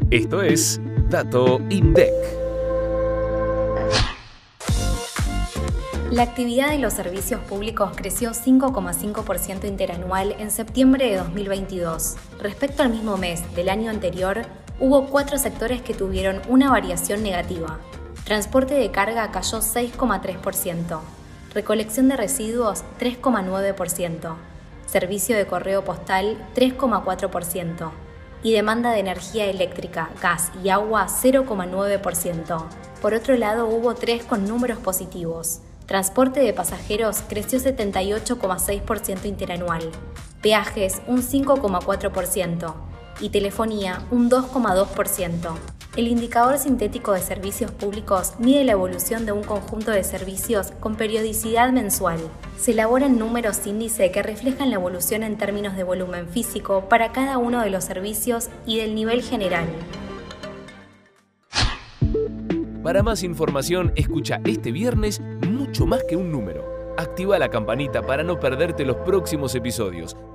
Esto es Dato INDEC. La actividad de los servicios públicos creció 5,5% interanual en septiembre de 2022. Respecto al mismo mes del año anterior, hubo 4 sectores que tuvieron una variación negativa. Transporte de carga cayó 6,3%, recolección de residuos 3,9%, servicio de correo postal 3,4% y demanda de energía eléctrica, gas y agua 0,9%. Por otro lado, hubo 3 con números positivos. Transporte de pasajeros creció 78,6% interanual, peajes un 5,4% y telefonía un 2,2%. El indicador sintético de servicios públicos mide la evolución de un conjunto de servicios con periodicidad mensual. Se elaboran números índice que reflejan la evolución en términos de volumen físico para cada uno de los servicios y del nivel general. Para más información, escucha este viernes Mucho Más que un Número. Activa la campanita para no perderte los próximos episodios